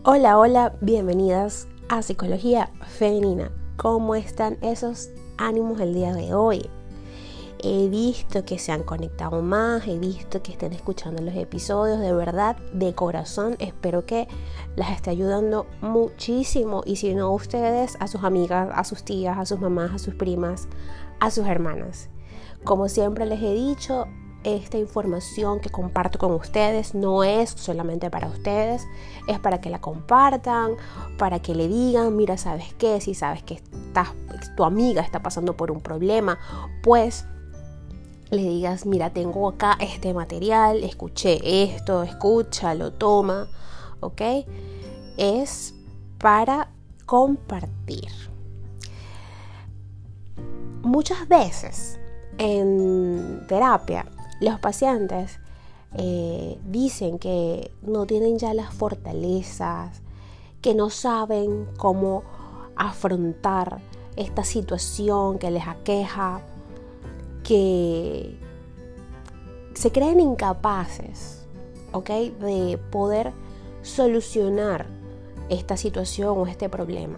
Hola, hola, bienvenidas a Psicología Femenina. ¿Cómo están esos ánimos el día de hoy? He visto que se han conectado más, he visto que estén escuchando los episodios, de verdad, de corazón, espero que las esté ayudando muchísimo. Y si no, ustedes, a sus amigas, a sus tías, a sus mamás, a sus primas, a sus hermanas. Como siempre les he dicho, esta información que comparto con ustedes no es solamente para ustedes, es para que la compartan, para que le digan, mira, ¿sabes qué? Si sabes que tu amiga está pasando por un problema, pues le digas, mira, tengo acá este material, escuché esto, escúchalo, toma, ¿ok? Es para compartir. Muchas veces en terapia los pacientes dicen que no tienen ya las fortalezas, que no saben cómo afrontar esta situación que les aqueja, que se creen incapaces, ¿ok?, de poder solucionar esta situación o este problema.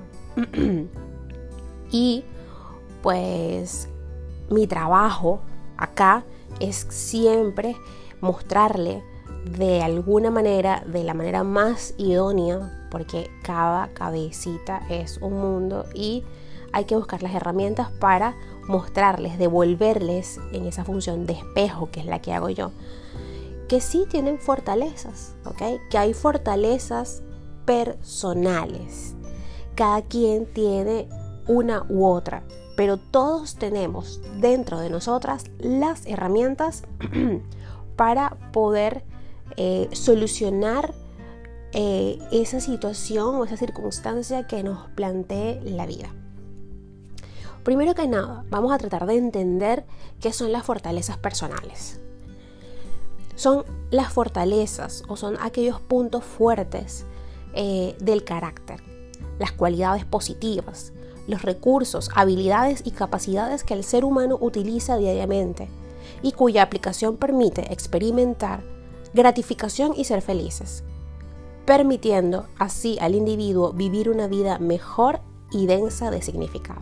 Y pues mi trabajo acá es siempre mostrarle de alguna manera, de la manera más idónea, porque cada cabecita es un mundo y hay que buscar las herramientas para mostrarles, devolverles en esa función de espejo, que es la que hago yo, que sí tienen fortalezas, ¿ok? Que hay fortalezas personales. Cada quien tiene una u otra, pero todos tenemos dentro de nosotras las herramientas para poder solucionar esa situación o esa circunstancia que nos plantee la vida. Primero que nada, vamos a tratar de entender qué son las fortalezas personales. Son las fortalezas o son aquellos puntos fuertes del carácter, las cualidades positivas, los recursos, habilidades y capacidades que el ser humano utiliza diariamente y cuya aplicación permite experimentar gratificación y ser felices, permitiendo así al individuo vivir una vida mejor y densa de significado.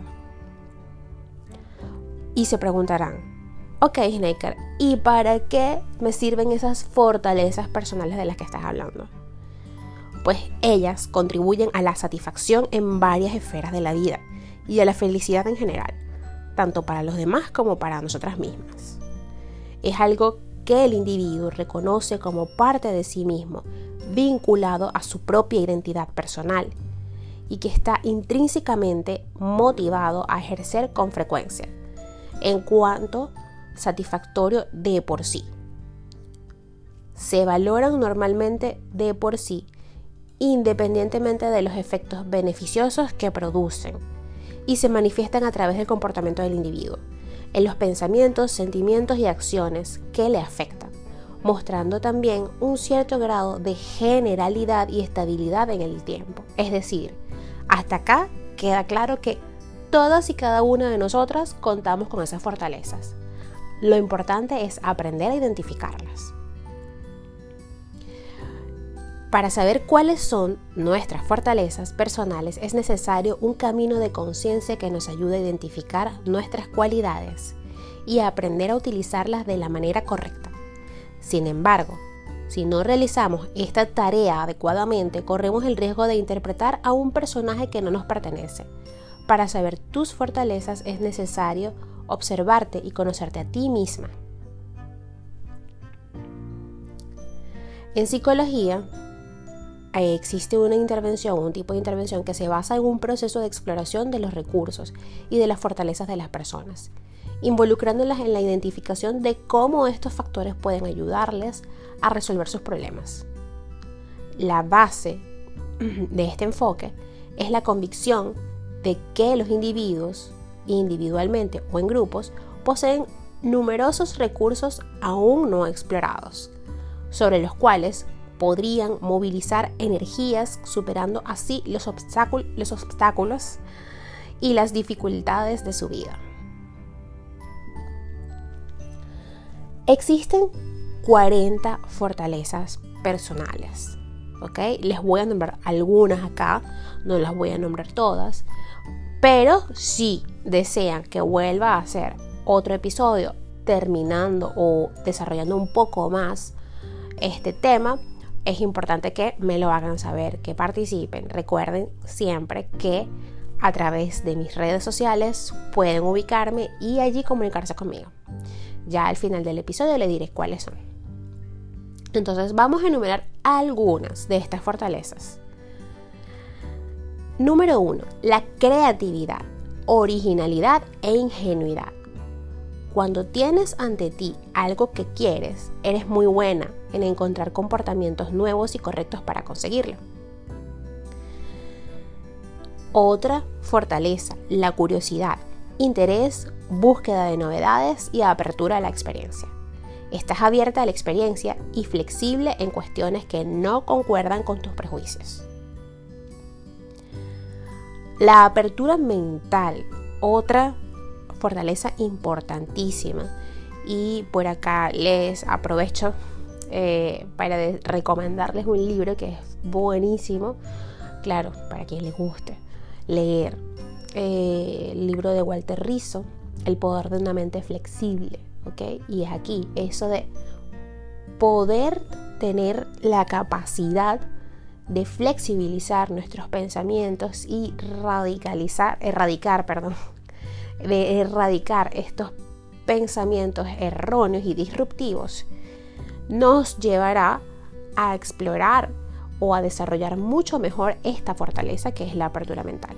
Y se preguntarán, ok, Snaker, ¿y para qué me sirven esas fortalezas personales de las que estás hablando? Pues ellas contribuyen a la satisfacción en varias esferas de la vida y a la felicidad en general, tanto para los demás como para nosotras mismas. Es algo que el individuo reconoce como parte de sí mismo, vinculado a su propia identidad personal y que está intrínsecamente motivado a ejercer con frecuencia, en cuanto satisfactorio de por sí. Se valoran normalmente de por sí, independientemente de los efectos beneficiosos que producen, y se manifiestan a través del comportamiento del individuo, en los pensamientos, sentimientos y acciones que le afectan, mostrando también un cierto grado de generalidad y estabilidad en el tiempo. Es decir, hasta acá queda claro que todas y cada una de nosotras contamos con esas fortalezas. Lo importante es aprender a identificarlas. Para saber cuáles son nuestras fortalezas personales es necesario un camino de conciencia que nos ayude a identificar nuestras cualidades y a aprender a utilizarlas de la manera correcta. Sin embargo, si no realizamos esta tarea adecuadamente, corremos el riesgo de interpretar a un personaje que no nos pertenece. Para saber tus fortalezas es necesario observarte y conocerte a ti misma. En psicología, existe una intervención, un tipo de intervención que se basa en un proceso de exploración de los recursos y de las fortalezas de las personas, involucrándolas en la identificación de cómo estos factores pueden ayudarles a resolver sus problemas. La base de este enfoque es la convicción de que los individuos, individualmente o en grupos, poseen numerosos recursos aún no explorados, sobre los cuales podrían movilizar energías, superando así los obstáculos y las dificultades de su vida. Existen 40 fortalezas personales. ¿ok? Les voy a nombrar algunas acá, no las voy a nombrar todas, pero si desean que vuelva a hacer otro episodio terminando o desarrollando un poco más este tema, es importante que me lo hagan saber, que participen. Recuerden siempre que a través de mis redes sociales pueden ubicarme y allí comunicarse conmigo. Ya al final del episodio les diré cuáles son. Entonces vamos a enumerar algunas de estas fortalezas. Número 1, la creatividad, originalidad e ingenuidad. Cuando tienes ante ti algo que quieres, eres muy buena en encontrar comportamientos nuevos y correctos para conseguirlo. Otra fortaleza, la curiosidad, interés, búsqueda de novedades y apertura a la experiencia. Estás abierta a la experiencia y flexible en cuestiones que no concuerdan con tus prejuicios. La apertura mental, otra fortaleza importantísima, y por acá les aprovecho para recomendarles un libro que es buenísimo, claro, para quien les guste leer, el libro de Walter Rizzo, El poder de una mente flexible, ¿ok? Y es aquí eso de poder tener la capacidad de flexibilizar nuestros pensamientos y erradicar estos pensamientos erróneos y disruptivos, nos llevará a explorar o a desarrollar mucho mejor esta fortaleza que es la apertura mental.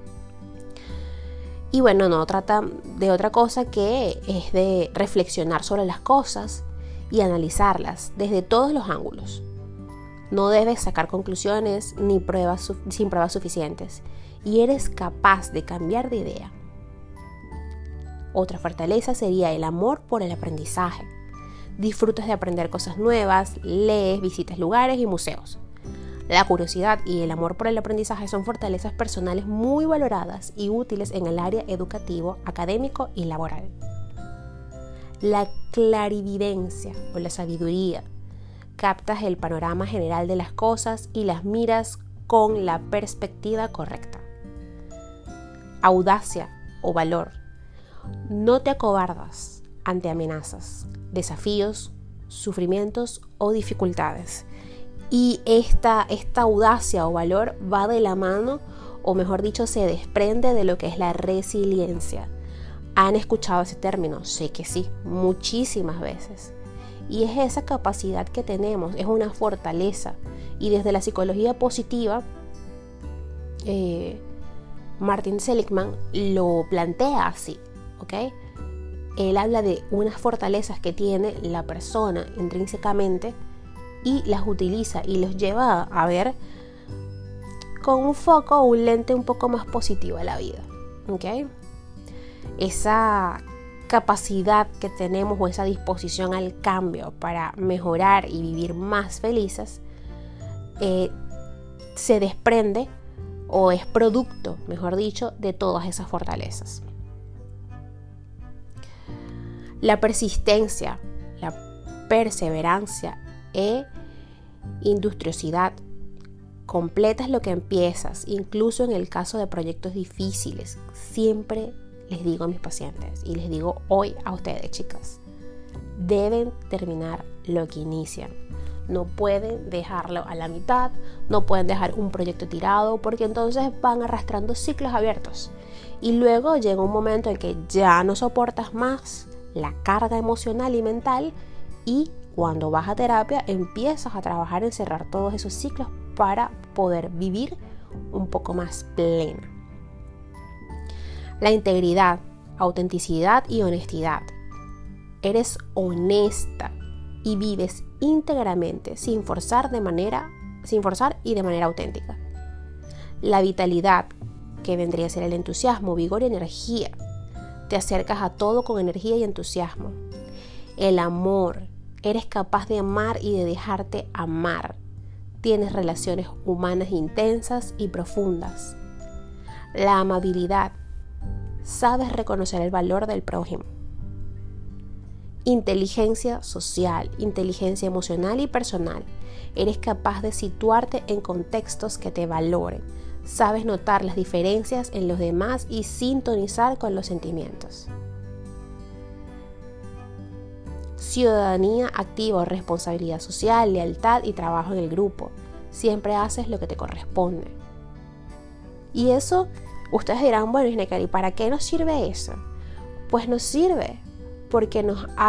Y bueno, no trata de otra cosa que es de reflexionar sobre las cosas y analizarlas desde todos los ángulos. No debes sacar conclusiones ni sin pruebas suficientes, y eres capaz de cambiar de idea. Otra fortaleza sería el amor por el aprendizaje. Disfrutas de aprender cosas nuevas, lees, visitas lugares y museos. La curiosidad y el amor por el aprendizaje son fortalezas personales muy valoradas y útiles en el área educativo, académico y laboral. La clarividencia o la sabiduría. Captas el panorama general de las cosas y las miras con la perspectiva correcta. Audacia o valor. No te acobardas ante amenazas, desafíos, sufrimientos o dificultades. Y esta audacia o valor va de la mano, o mejor dicho, se desprende de lo que es la resiliencia. ¿Han escuchado ese término? Sé que sí, muchísimas veces. Y es esa capacidad que tenemos, es una fortaleza. Y desde la psicología positiva, Martin Seligman lo plantea así, ¿ok? Él habla de unas fortalezas que tiene la persona intrínsecamente y las utiliza y los lleva a ver con un foco o un lente un poco más positivo a la vida, ¿ok? Esa capacidad que tenemos o esa disposición al cambio para mejorar y vivir más felices se desprende o es producto, mejor dicho, de todas esas fortalezas. La persistencia, la perseverancia e industriosidad. Completas lo que empiezas, incluso en el caso de proyectos difíciles. Siempre les digo a mis pacientes y les digo hoy a ustedes, chicas, deben terminar lo que inician. No pueden dejarlo a la mitad, no pueden dejar un proyecto tirado, porque entonces van arrastrando ciclos abiertos. Y luego llega un momento en que ya no soportas más la carga emocional y mental, y cuando vas a terapia empiezas a trabajar en cerrar todos esos ciclos para poder vivir un poco más plena. La integridad, autenticidad y honestidad. Eres honesta y vives íntegramente sin forzar y de manera auténtica. La vitalidad, que vendría a ser el entusiasmo, vigor y energía. Te acercas a todo con energía y entusiasmo. El amor, eres capaz de amar y de dejarte amar. Tienes relaciones humanas intensas y profundas. La amabilidad, sabes reconocer el valor del prójimo. Inteligencia social, inteligencia emocional y personal. Eres capaz de situarte en contextos que te valoren. Sabes notar las diferencias en los demás y sintonizar con los sentimientos. Ciudadanía activa, responsabilidad social, lealtad y trabajo en el grupo. Siempre haces lo que te corresponde. Y eso, ustedes dirán, bueno, Isnecar, ¿y para qué nos sirve eso? Pues nos sirve porque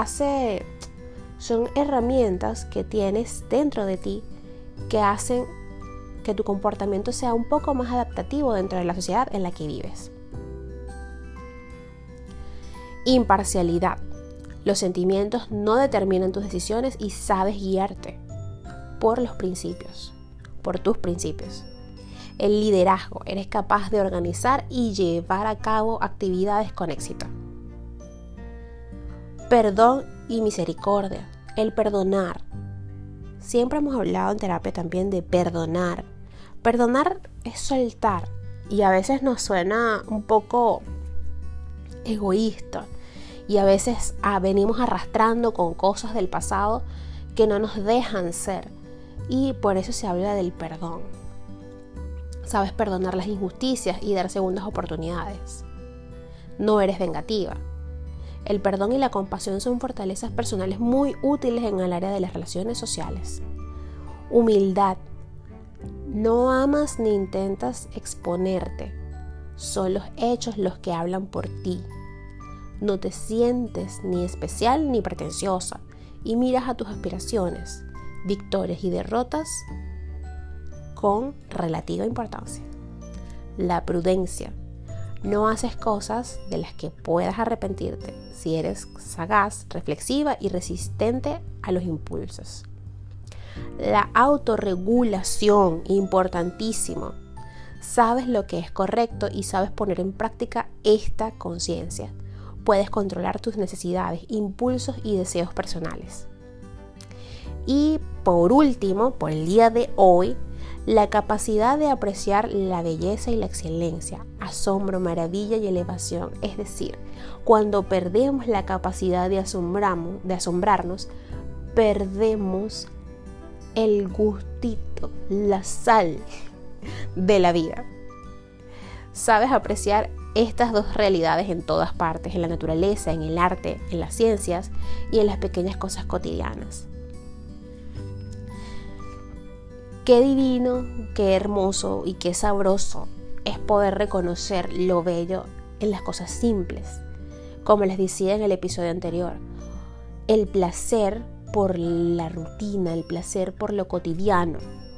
son herramientas que tienes dentro de ti que hacen que tu comportamiento sea un poco más adaptativo dentro de la sociedad en la que vives. Imparcialidad. Los sentimientos no determinan tus decisiones y sabes guiarte por los principios, por tus principios. El liderazgo. Eres capaz de organizar y llevar a cabo actividades con éxito. Perdón y misericordia. El perdonar. Siempre hemos hablado en terapia también de perdonar. Perdonar es soltar y a veces nos suena un poco egoísta y a veces venimos arrastrando con cosas del pasado que no nos dejan ser y por eso se habla del perdón. Sabes perdonar las injusticias y dar segundas oportunidades. No eres vengativa. El perdón y la compasión son fortalezas personales muy útiles en el área de las relaciones sociales. Humildad. No amas ni intentas exponerte. Son los hechos los que hablan por ti. No te sientes ni especial ni pretenciosa y miras a tus aspiraciones, victorias y derrotas con relativa importancia. La prudencia. No haces cosas de las que puedas arrepentirte si eres sagaz, reflexiva y resistente a los impulsos. La autorregulación, importantísimo. Sabes lo que es correcto y sabes poner en práctica esta conciencia. Puedes controlar tus necesidades, impulsos y deseos personales. Y por último, por el día de hoy, la capacidad de apreciar la belleza y la excelencia, asombro, maravilla y elevación. Es decir, cuando perdemos la capacidad de asombrarnos, perdemos el gustito, la sal de la vida. Sabes apreciar estas dos realidades en todas partes, en la naturaleza, en el arte, en las ciencias y en las pequeñas cosas cotidianas. Qué divino, qué hermoso y qué sabroso es poder reconocer lo bello en las cosas simples. Como les decía en el episodio anterior, el placer por la rutina, el placer por lo cotidiano.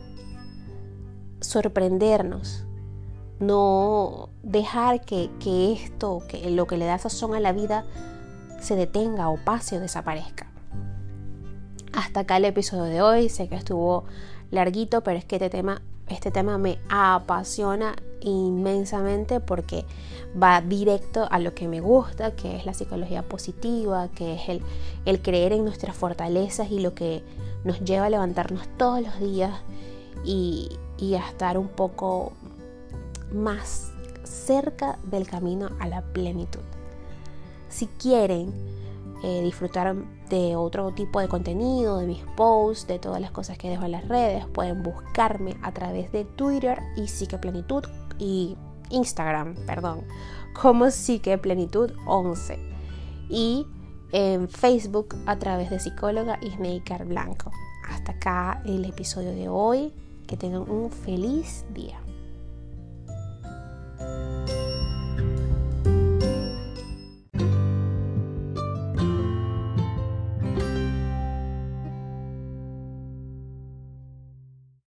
Sorprendernos, no dejar que lo que le da sazón a la vida se detenga o pase o desaparezca. Hasta acá el episodio de hoy. Sé que estuvo larguito, pero es que este tema me apasiona inmensamente porque va directo a lo que me gusta, que es la psicología positiva, que es el creer en nuestras fortalezas y lo que nos lleva a levantarnos todos los días y a estar un poco más cerca del camino a la plenitud. Si quieren disfrutar de otro tipo de contenido, de mis posts, de todas las cosas que dejo en las redes, pueden buscarme a través de Twitter y Psiqueplenitud y Instagram, como Psiqueplenitud 11 y en Facebook a través de psicóloga Isnecar Blanco. Hasta acá el episodio de hoy. Que tengan un feliz día.